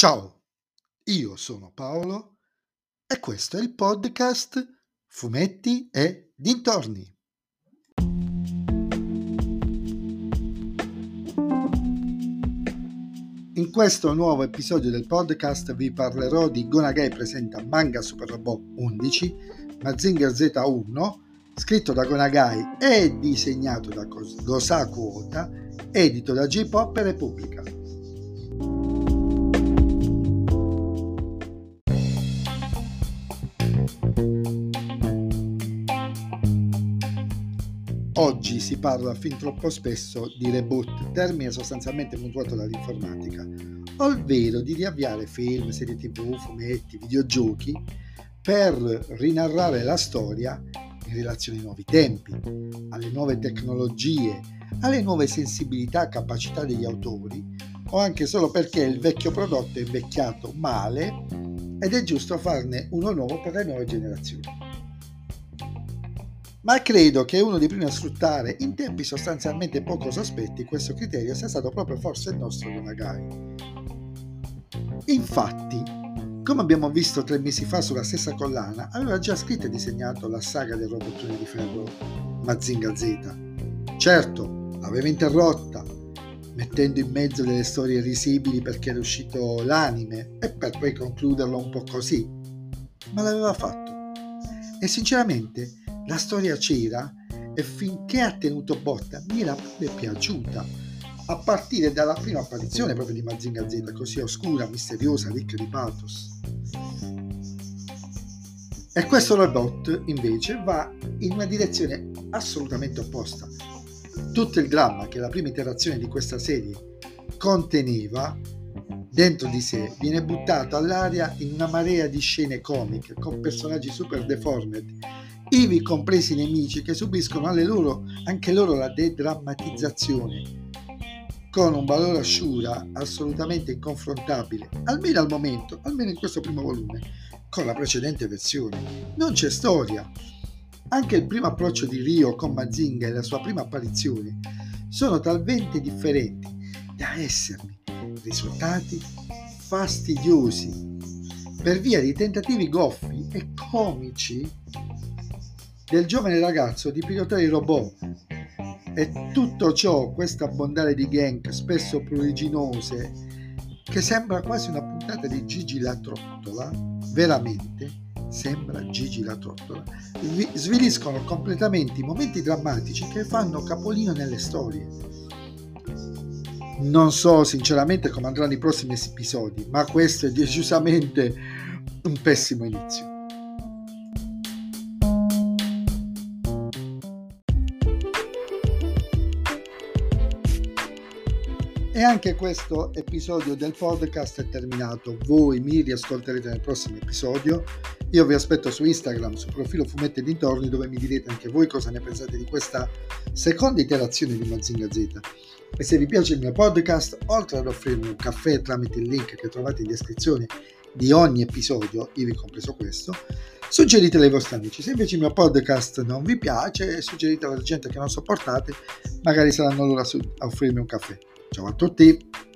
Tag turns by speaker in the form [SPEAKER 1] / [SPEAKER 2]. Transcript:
[SPEAKER 1] Ciao, io sono Paolo e questo è il podcast Fumetti e Dintorni. In questo nuovo episodio del podcast vi parlerò di Go Nagai presenta Manga Super Robot 11, Mazinger Z1, scritto da Go Nagai e disegnato da Gosaku Ota, edito da J-Pop e Repubblica. Oggi si parla fin troppo spesso di reboot, termine sostanzialmente mutuato dall'informatica, ovvero di riavviare film, serie tv, fumetti, videogiochi per rinarrare la storia in relazione ai nuovi tempi, alle nuove tecnologie, alle nuove sensibilità e capacità degli autori, o anche solo perché il vecchio prodotto è invecchiato male ed è giusto farne uno nuovo per le nuove generazioni. Ma credo che uno dei primi a sfruttare in tempi sostanzialmente poco sospetti questo criterio sia stato proprio forse il nostro Go Nagai. Infatti, come abbiamo visto 3 mesi fa sulla stessa collana, aveva già scritto e disegnato la saga del robottone di ferro Mazinger Z. Certo, l'aveva interrotta, mettendo in mezzo delle storie risibili perché era uscito l'anime e per poi concluderlo un po' così, ma l'aveva fatto. E sinceramente la storia c'era e finché ha tenuto botta mi era proprio piaciuta, a partire dalla prima apparizione proprio di Mazinger Z, così oscura, misteriosa, ricca di pathos. E questo robot invece va in una direzione assolutamente opposta. Tutto il dramma che la prima iterazione di questa serie conteneva dentro di sé viene buttato all'aria in una marea di scene comiche con personaggi super deformed, ivi compresi i nemici che subiscono anche loro la dedrammatizzazione, con un valore Ashura assolutamente inconfrontabile, almeno al momento, almeno in questo primo volume, con la precedente versione. Non c'è storia. Anche il primo approccio di Ryo con Mazinger e la sua prima apparizione sono talmente differenti da essermi risultati fastidiosi per via di tentativi goffi e comici del giovane ragazzo di pilotare i robot. E tutto ciò, questo abbondare di gang spesso pruriginose, che sembra quasi una puntata di Gigi la Trottola, veramente sembra Gigi la Trottola, sviliscono completamente i momenti drammatici che fanno capolino nelle storie. Non so sinceramente come andranno i prossimi episodi, ma questo è decisamente un pessimo inizio. E anche questo episodio del podcast è terminato. Voi mi riascolterete nel prossimo episodio. Io vi aspetto su Instagram, sul profilo Fumetti e Dintorni, dove mi direte anche voi cosa ne pensate di questa seconda iterazione di Mazinger Z. E se vi piace il mio podcast, oltre ad offrirmi un caffè tramite il link che trovate in descrizione di ogni episodio, ivi compreso questo, suggeritelo ai vostri amici. Se invece il mio podcast non vi piace, suggeritelo alla gente che non sopportate, magari saranno loro a offrirmi un caffè. Ciao a tutti!